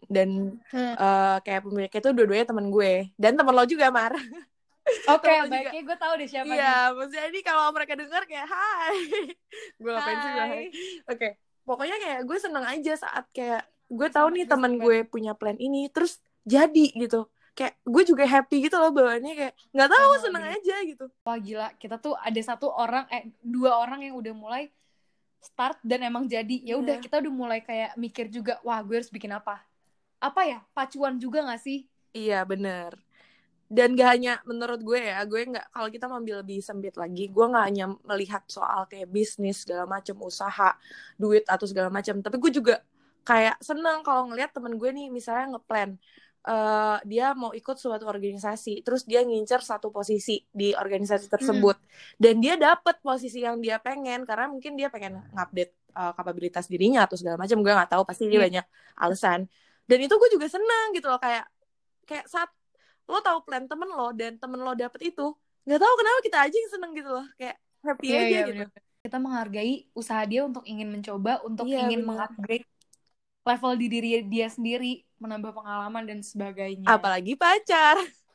dan hmm. uh, kayak pemiliknya itu dua-duanya temen gue, dan temen lo juga, Mar. Oke, okay, baiknya gue tahu deh siapa. Iya, maksudnya ini kalau mereka dengar kayak hai, gue ngapain sih gue hai. Oke, okay. Pokoknya kayak gue seneng aja saat kayak gue tahu nih teman gue punya plan ini terus jadi gitu, kayak gue juga happy gitu loh bawaannya, kayak nggak tahu oh, seneng bener. aja gitu. Wah gila, kita tuh ada satu orang eh dua orang yang udah mulai start dan emang jadi. Ya udah yeah. Kita udah mulai kayak mikir juga, wah gue harus bikin apa apa ya, pacuan juga nggak sih? Iya bener. Dan gak hanya menurut gue ya, gue nggak, kalau kita mau ambil lebih sempit lagi, gue nggak hanya melihat soal kayak bisnis segala macam, usaha, duit atau segala macam, tapi gue juga kayak seneng kalau ngelihat temen gue nih misalnya ngeplan uh, dia mau ikut suatu organisasi, terus dia ngincer satu posisi di organisasi tersebut, hmm. dan dia dapet posisi yang dia pengen karena mungkin dia pengen ngupdate uh, kapabilitas dirinya atau segala macam, gue nggak tahu, pasti dia hmm. banyak alasan. Dan itu gue juga seneng gitu loh, kayak kayak saat lo tahu plan temen lo dan temen lo dapet itu, nggak tahu kenapa kita aja yang seneng gitu loh, kayak happy yeah, aja yeah, gitu. Bener. Kita menghargai usaha dia untuk ingin mencoba, untuk yeah, ingin mengupgrade level di diri dia sendiri, menambah pengalaman dan sebagainya. Apalagi pacar.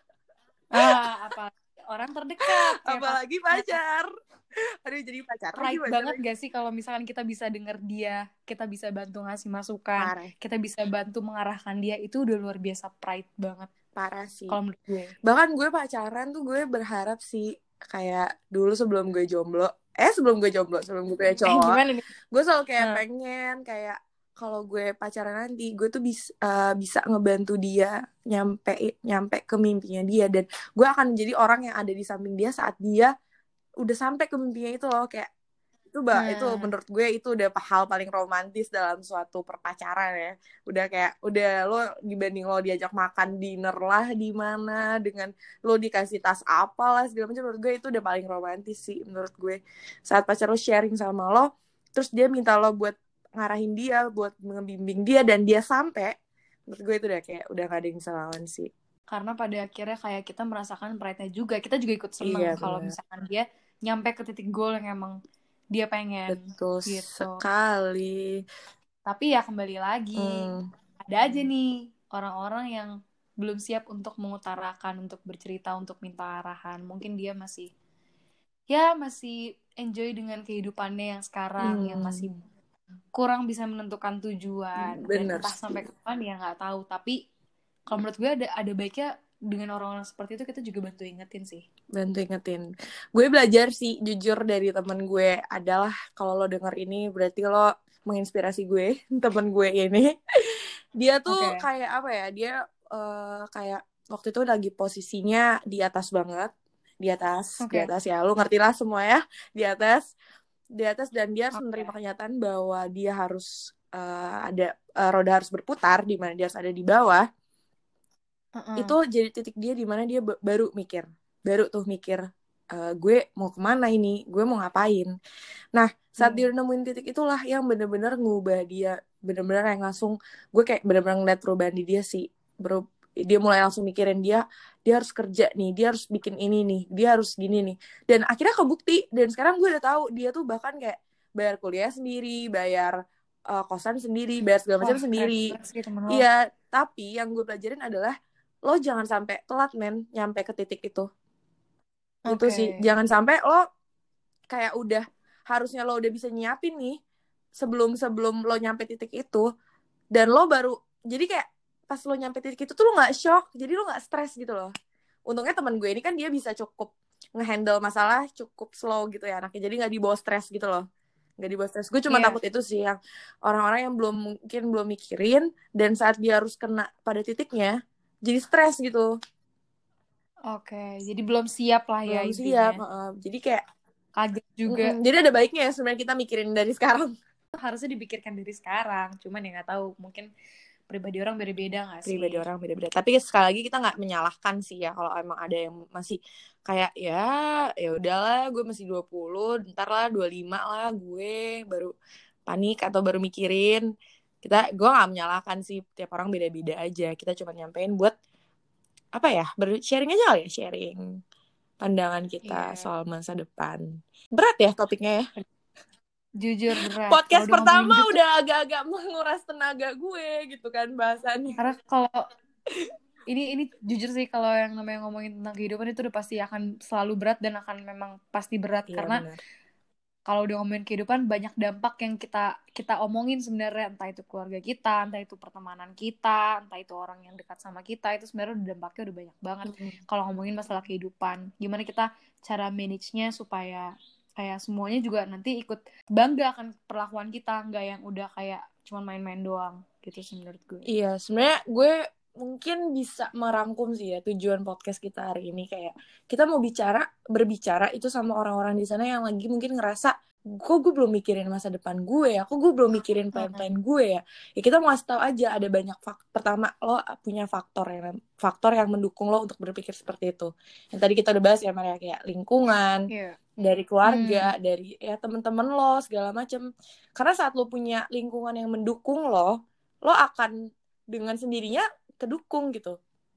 Ah, apalagi orang terdekat. Apalagi pacar. Aduh, jadi pacar. Pride banget gak sih kalau misalkan kita bisa denger dia, kita bisa bantu ngasih masukan, Parah. Kita bisa bantu mengarahkan dia, itu udah luar biasa pride banget. Parah sih. Kalau menurut gue. Bahkan gue pacaran tuh gue berharap sih, kayak dulu sebelum gue jomblo, eh sebelum gue jomblo, sebelum gue punya cowok, eh, gimana nih? Gue selalu kayak hmm. pengen kayak kalau gue pacaran nanti, gue tuh bisa uh, bisa ngebantu dia nyampe nyampe ke mimpinya dia, dan gue akan jadi orang yang ada di samping dia saat dia udah sampai ke mimpinya itu loh, kayak itu bah hmm. itu menurut gue itu udah hal paling romantis dalam suatu perpacaran ya. Udah kayak udah lo dibanding lo diajak makan dinner lah di mana, dengan lo dikasih tas apa lah segala macam, menurut gue itu udah paling romantis sih menurut gue. Saat pacar lo sharing sama lo, terus dia minta lo buat ngarahin dia, buat ngebimbing dia, dan dia sampai, menurut gue itu udah kayak udah gak ada yang bisa lawan sih. Karena pada akhirnya kayak kita merasakan pride-nya juga, kita juga ikut seneng iya, kalau misalkan dia nyampe ke titik goal yang emang dia pengen. Betul gitu. sekali. Tapi ya kembali lagi, hmm. ada aja nih orang-orang yang belum siap untuk mengutarakan, untuk bercerita, untuk minta arahan. Mungkin dia masih ya masih enjoy dengan kehidupannya yang sekarang, hmm. yang masih kurang bisa menentukan tujuan. Bener. Dan entah sampai kapan ya nggak tahu. Tapi kalau menurut gue ada ada baiknya dengan orang-orang seperti itu kita juga bantu ingetin sih. Bantu ingetin. Gue belajar sih jujur dari temen gue adalah, kalau lo denger ini berarti lo menginspirasi gue, temen gue ini. Dia tuh okay. kayak apa ya, dia uh, kayak waktu itu lagi posisinya di atas banget. Di atas, okay. di atas ya, lo ngerti lah semua ya. Di atas, di atas dan dia harus okay. menerima kenyataan bahwa dia harus uh, ada, uh, roda harus berputar, di mana dia harus ada di bawah. Uh-uh. Itu jadi titik dia di mana dia b- baru mikir, baru tuh mikir, uh, gue mau kemana ini, gue mau ngapain. Nah saat hmm. dia nemuin titik itulah yang benar-benar ngubah dia, benar-benar yang langsung gue kayak benar-benar ngeliat perubahan di dia sih. Bro, dia mulai langsung mikirin dia, dia harus kerja nih, dia harus bikin ini nih, dia harus gini nih. Dan akhirnya kebukti, dan sekarang gue udah tahu dia tuh bahkan kayak bayar kuliah sendiri, bayar uh, kosan sendiri, bayar segala macam sendiri. Iya, tapi yang gue pelajarin adalah lo jangan sampai telat men nyampe ke titik itu. Okay. Itu sih, jangan sampai lo kayak udah harusnya lo udah bisa nyiapin nih sebelum sebelum lo nyampe titik itu, dan lo baru jadi kayak pas lo nyampe titik itu tuh lo nggak shock, jadi lo nggak stres gitu loh. Untungnya teman gue ini kan dia bisa cukup ngehandle masalah cukup slow gitu ya anaknya, jadi nggak dibawa stres gitu loh, nggak dibawa stres. Gue cuma yeah. takut itu sih, yang orang-orang yang belum mungkin belum mikirin dan saat dia harus kena pada titiknya jadi stres gitu. Oke, okay, jadi belum siap lah ya belum intinya. Siap, uh, jadi kayak kaget juga. Mm-mm. Jadi ada baiknya ya sebenarnya kita mikirin dari sekarang. Harusnya dipikirkan dari sekarang, cuman ya nggak tahu, mungkin pribadi orang beda-beda nggak sih? Pribadi orang beda-beda. Tapi sekali lagi kita nggak menyalahkan sih ya kalau emang ada yang masih kayak ya ya udahlah gue masih dua puluh, ntar lah dua puluh lima lah gue baru panik atau baru mikirin. Kita gue nggak menyalahkan sih, tiap orang beda-beda aja. Kita cuma nyampein buat apa ya? Ber-sharing aja kali ya, sharing pandangan kita yeah. soal masa depan. Berat ya topiknya ya. Jujur berat. Podcast kalo pertama udah, udah agak-agak menguras tenaga gue gitu kan bahasannya. Karena kalau ini ini jujur sih kalau yang namanya ngomongin tentang kehidupan itu udah pasti akan selalu berat dan akan memang pasti berat iya, karena kalau udah ngomongin kehidupan banyak dampak yang kita kita omongin sebenarnya, entah itu keluarga kita, entah itu pertemanan kita, entah itu orang yang dekat sama kita, itu sebenarnya udah dampaknya udah banyak banget. Mm-hmm. Kalau ngomongin masalah kehidupan, gimana kita cara manage-nya supaya kayak semuanya juga nanti ikut bangga akan perlakuan kita, nggak yang udah kayak cuma main-main doang gitu sih menurut gue. Iya, sebenarnya gue mungkin bisa merangkum sih ya tujuan podcast kita hari ini, kayak kita mau bicara berbicara itu sama orang-orang di sana yang lagi mungkin ngerasa kok gue belum mikirin masa depan gue ya, kok gue belum mikirin plan-plan gue ya. Ya kita mau kasih tahu aja ada banyak faktor. Pertama, lo punya faktor yang faktor yang mendukung lo untuk berpikir seperti itu. Yang tadi kita udah bahas ya, Maria, kayak lingkungan, yeah. dari keluarga, hmm. dari ya teman-teman lo segala macam. Karena saat lo punya lingkungan yang mendukung lo, lo akan dengan sendirinya kedukung gitu.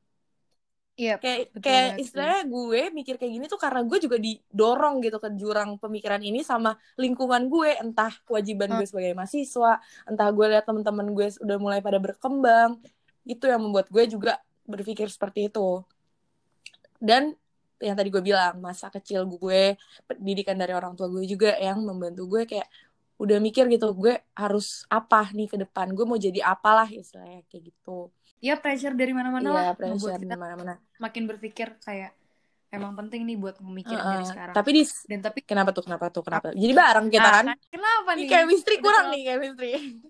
Iya. Kayak kayak istilahnya gue mikir kayak gini tuh karena gue juga didorong gitu ke jurang pemikiran ini sama lingkungan gue, entah kewajiban hmm. gue sebagai mahasiswa, entah gue lihat teman-teman gue udah mulai pada berkembang, itu yang membuat gue juga berpikir seperti itu. Dan yang tadi gue bilang, masa kecil gue, pendidikan dari orang tua gue juga yang membantu gue kayak udah mikir gitu, gue harus apa nih ke depan, gue mau jadi apalah istilahnya kayak gitu. Ya pressure dari mana-mana iya, lah, pressure dari mana-mana. Makin berpikir kayak emang penting nih buat memikirin uh, dari sekarang. Tapi di dan tapi kenapa tuh kenapa tuh kenapa? Jadi bareng kita kan? Ah, kenapa nih? Ini chemistry kurang nih chemistry.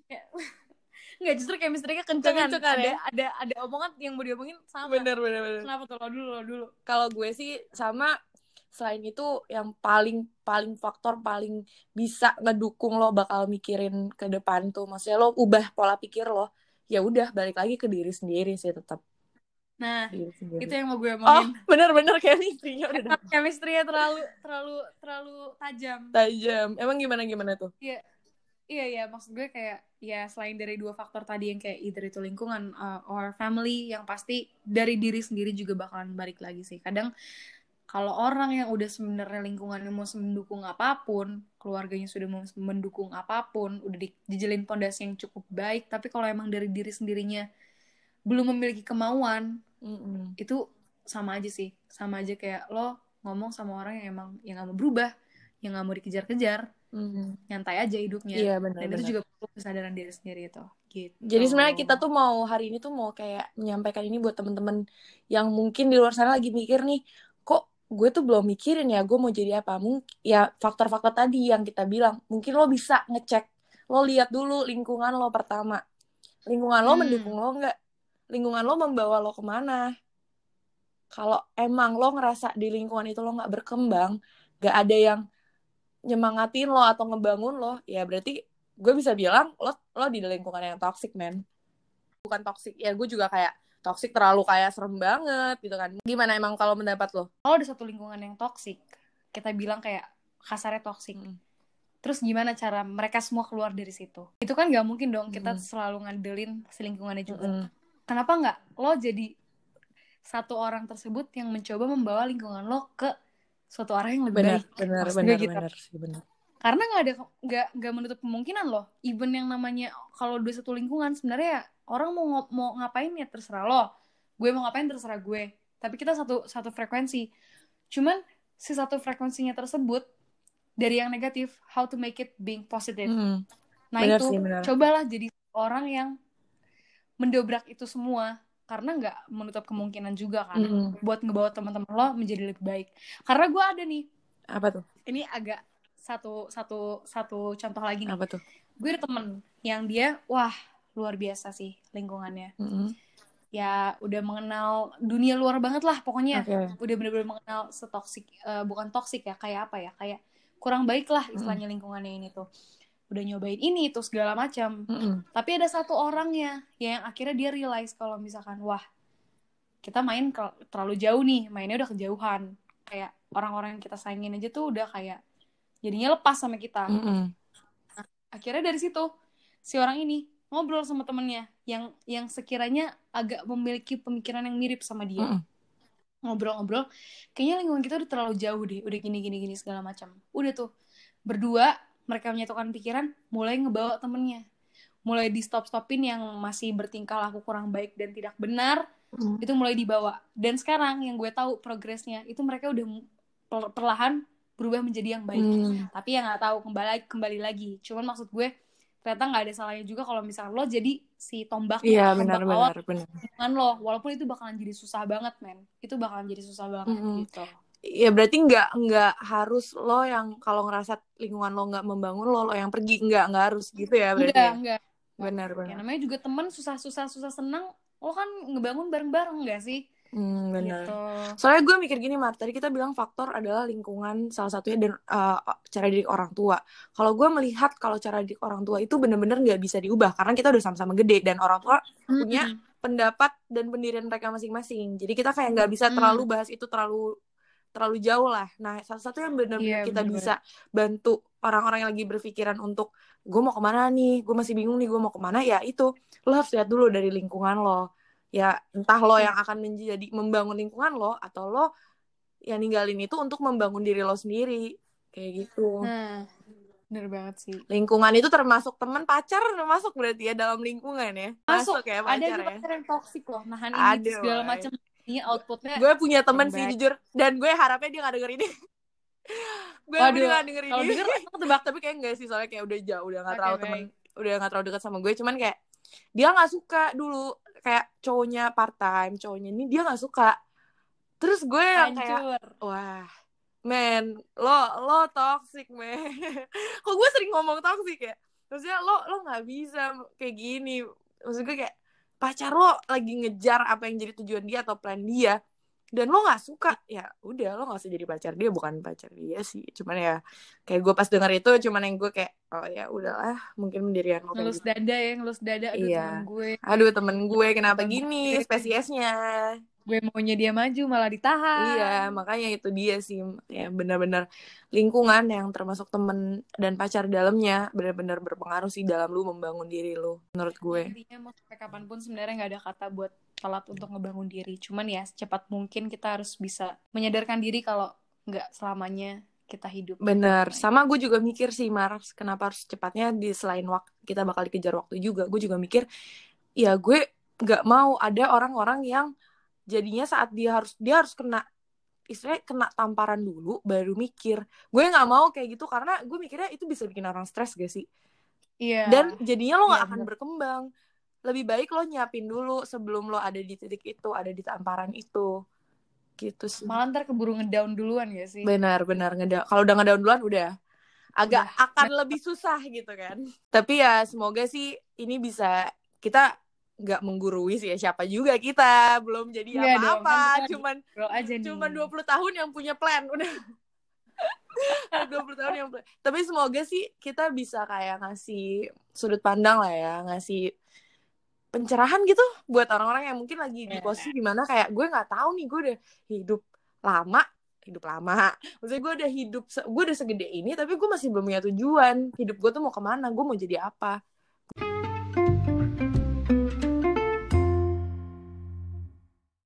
Nggak, justru chemistry-nya kencengan. Ada ya? ada ada omongan yang mau diomongin sama. Bener bener bener. Kenapa tuh lo dulu lo dulu? Kalau gue sih sama. Selain itu yang paling paling faktor paling bisa ngedukung lo bakal mikirin ke depan tuh, maksudnya lo ubah pola pikir lo, ya udah balik lagi ke diri sendiri sih tetap. Nah, itu yang mau gue omongin. Oh, bener-bener chemistry-nya udah. Chemistry-nya terlalu terlalu terlalu tajam. Tajam. Emang gimana gimana tuh? Iya. Iya ya, maksud gue kayak ya selain dari dua faktor tadi yang kayak either itu lingkungan uh, or family, yang pasti dari diri sendiri juga bakalan balik lagi sih. Kadang kalau orang yang udah sebenarnya lingkungannya mau mendukung apapun, keluarganya sudah mau mendukung apapun, udah dijelin pondasi yang cukup baik, tapi kalau emang dari diri sendirinya belum memiliki kemauan, mm-mm. itu sama aja sih, sama aja kayak lo ngomong sama orang yang emang yang nggak mau berubah, yang nggak mau dikejar-kejar, mm-hmm. nyantai aja hidupnya. Iya, bener, dan bener. itu juga perlu kesadaran diri sendiri itu. Gitu. Jadi sebenarnya kita tuh mau hari ini tuh mau kayak menyampaikan ini buat teman-teman yang mungkin di luar sana lagi mikir nih, kok gue tuh belum mikirin ya gue mau jadi apa. Mungkin ya faktor-faktor tadi yang kita bilang, mungkin lo bisa ngecek, lo lihat dulu lingkungan lo pertama, lingkungan lo hmm. mendukung lo nggak, lingkungan lo membawa lo kemana. Kalau emang lo ngerasa di lingkungan itu lo nggak berkembang, nggak ada yang nyemangatin lo atau ngebangun lo, ya berarti gue bisa bilang lo lo di lingkungan yang toxic, man. Bukan toxic ya, gue juga kayak toxic terlalu kayak serem banget gitu kan. Gimana emang kalau mendapat lo? Kalau ada satu lingkungan yang toxic, kita bilang kayak kasarnya toxic. Hmm. Terus gimana cara mereka semua keluar dari situ? Itu kan nggak mungkin dong kita hmm. selalu ngandelin si lingkungannya juga. Hmm. Kenapa nggak lo jadi satu orang tersebut yang mencoba membawa lingkungan lo ke suatu arah yang lebih bener, baik? Benar, benar, gitu. benar sih, benar. Karena nggak ada nggak nggak menutup kemungkinan loh, even yang namanya kalau udah satu lingkungan sebenarnya ya, orang mau mau ngapain ya terserah lo, gue mau ngapain terserah gue, tapi kita satu satu frekuensi. Cuman si satu frekuensinya tersebut dari yang negatif, how to make it being positive. Mm-hmm. Nah Benar itu sih, benar. cobalah jadi orang yang mendobrak itu semua, karena nggak menutup kemungkinan juga kan Mm-hmm. buat ngebawa teman-teman lo menjadi lebih baik. Karena gue ada nih, Apa tuh? ini agak satu satu satu contoh lagi nih. Apa tuh? Gue ada temen yang dia wah luar biasa sih lingkungannya. Mm-hmm. Ya udah mengenal dunia luar banget lah pokoknya. Okay. Udah bener-bener mengenal setoksik, uh, bukan toksik ya, kayak apa ya, kayak kurang baik lah istilahnya Mm-hmm. lingkungannya ini tuh. Udah nyobain ini itu segala macam. Mm-hmm. Tapi ada satu orangnya yang akhirnya dia realize kalau misalkan wah kita main terlalu jauh nih, mainnya udah kejauhan. Kayak orang-orang yang kita sayangin aja tuh udah kayak jadinya lepas sama kita. Mm-hmm. Nah, akhirnya dari situ si orang ini ngobrol sama temennya yang yang sekiranya agak memiliki pemikiran yang mirip sama dia. Mm-hmm. Ngobrol-ngobrol, kayaknya lingkungan kita udah terlalu jauh deh, udah gini-gini-gini segala macam. Udah tuh berdua mereka menyatukan pikiran, mulai ngebawa temennya, mulai di stop-stopin yang masih bertingkah laku kurang baik dan tidak benar. Mm. Itu mulai dibawa. Dan sekarang yang gue tahu progresnya itu mereka udah perlahan berubah menjadi yang baik. Mm. Tapi ya nggak tahu kembali kembali lagi. Cuman maksud gue ternyata nggak ada salahnya juga kalau misalnya lo jadi si tombak, iya, tombak benar, awal benar, lingkungan lo, walaupun itu bakalan jadi susah banget men. Itu bakalan jadi susah banget. Mm-hmm. Gitu. Ya berarti nggak nggak harus lo yang kalau ngerasa lingkungan lo nggak membangun lo lo yang pergi, nggak nggak harus gitu ya berarti. Enggak, ya? enggak. Benar, benar. Ya namanya juga teman susah-susah susah senang, lo kan ngebangun bareng-bareng nggak sih? Hmm, benar. Gitu. Soalnya gue mikir gini, Mar, tadi kita bilang faktor adalah lingkungan salah satunya dan uh, cara didik orang tua. Kalau gue melihat kalau cara didik orang tua itu benar-benar nggak bisa diubah karena kita udah sama-sama gede dan orang tua hmm. punya pendapat dan pendirian mereka masing-masing. Jadi kita kayak nggak bisa terlalu bahas itu terlalu terlalu jauh lah. Nah, salah satu yang benar-benar yeah, kita bener-bener bisa bantu orang-orang yang lagi berpikiran untuk gue mau kemana nih, gue masih bingung nih, gue mau kemana, ya itu lo harus lihat dulu dari lingkungan lo. Ya entah lo yang akan menjadi membangun lingkungan lo atau lo yang ninggalin itu untuk membangun diri lo sendiri kayak gitu. Nah, bener banget sih. Lingkungan itu termasuk teman, pacar termasuk berarti ya dalam lingkungan ya. Masuk, masuk ya pacar ada ya. Ada pacar yang toksik loh, nahan ini segala macam. Ini outputnya. Gue punya temen sih jujur dan gue harapnya dia nggak denger ini. Gue Waduh, nggak denger ini. Kalau denger tebak. Tapi kayak enggak sih, soalnya kayak udah jauh, udah nggak okay, terlalu temen, udah nggak terlalu dekat sama gue. Cuman kayak dia nggak suka dulu kayak cowoknya part time, cowoknya ini dia nggak suka. Terus gue yang kayak wah, men, lo lo toxic men. Kok gue sering ngomong toxic ya? Maksudnya lo lo nggak bisa kayak gini. Maksud gue kayak pacar lo lagi ngejar apa yang jadi tujuan dia atau plan dia dan lo nggak suka, ya udah lo nggak usah jadi pacar dia, bukan pacar dia sih. Cuman ya kayak gue pas dengar itu cuman yang gue kayak oh ya udahlah, mungkin pendirian lo ngelus gitu. Dada ya ngelus dada. Aduh iya. Temen gue aduh temen gue kenapa temen gini gue. Spesiesnya gue maunya dia maju malah ditahan. Iya, makanya itu dia sih ya, benar-benar lingkungan yang termasuk temen dan pacar dalamnya benar-benar berpengaruh sih dalam lu membangun diri lu menurut gue. Intinya mau sampai kapanpun sebenarnya nggak ada kata buat telat untuk ngebangun diri, cuman ya secepat mungkin kita harus bisa menyadarkan diri kalau nggak selamanya kita hidup. Bener, sama gue juga mikir sih Mar, kenapa harus cepatnya di selain waktu kita bakal dikejar waktu juga. Gue juga mikir ya gue nggak mau ada orang-orang yang jadinya saat dia harus dia harus kena istilahnya kena tamparan dulu baru mikir. Gue nggak mau kayak gitu karena gue mikirnya itu bisa bikin orang stres gak sih? Iya. Dan jadinya lo nggak yeah, akan bener. berkembang. Lebih baik lo nyiapin dulu sebelum lo ada di titik itu, ada di tamparan itu. Gitu sih. Malah ntar keburu ngedown duluan gak sih? Benar, benar ngedown. Kalau udah ngedown duluan udah agak udah. akan nah. lebih susah gitu kan. Tapi ya semoga sih ini bisa kita nggak menggurui sih ya, siapa juga kita belum jadi ya apa-apa dong, kan cuman cuman dua puluh tahun yang punya plan udah dua puluh tahun yang plan. Tapi semoga sih kita bisa kayak ngasih sudut pandang lah ya, ngasih pencerahan gitu buat orang-orang yang mungkin lagi di posisi dimana kayak gue nggak tahu nih, gue udah hidup lama hidup lama maksudnya gue udah hidup gue udah segede ini tapi gue masih belum punya tujuan hidup gue tuh mau kemana, gue mau jadi apa.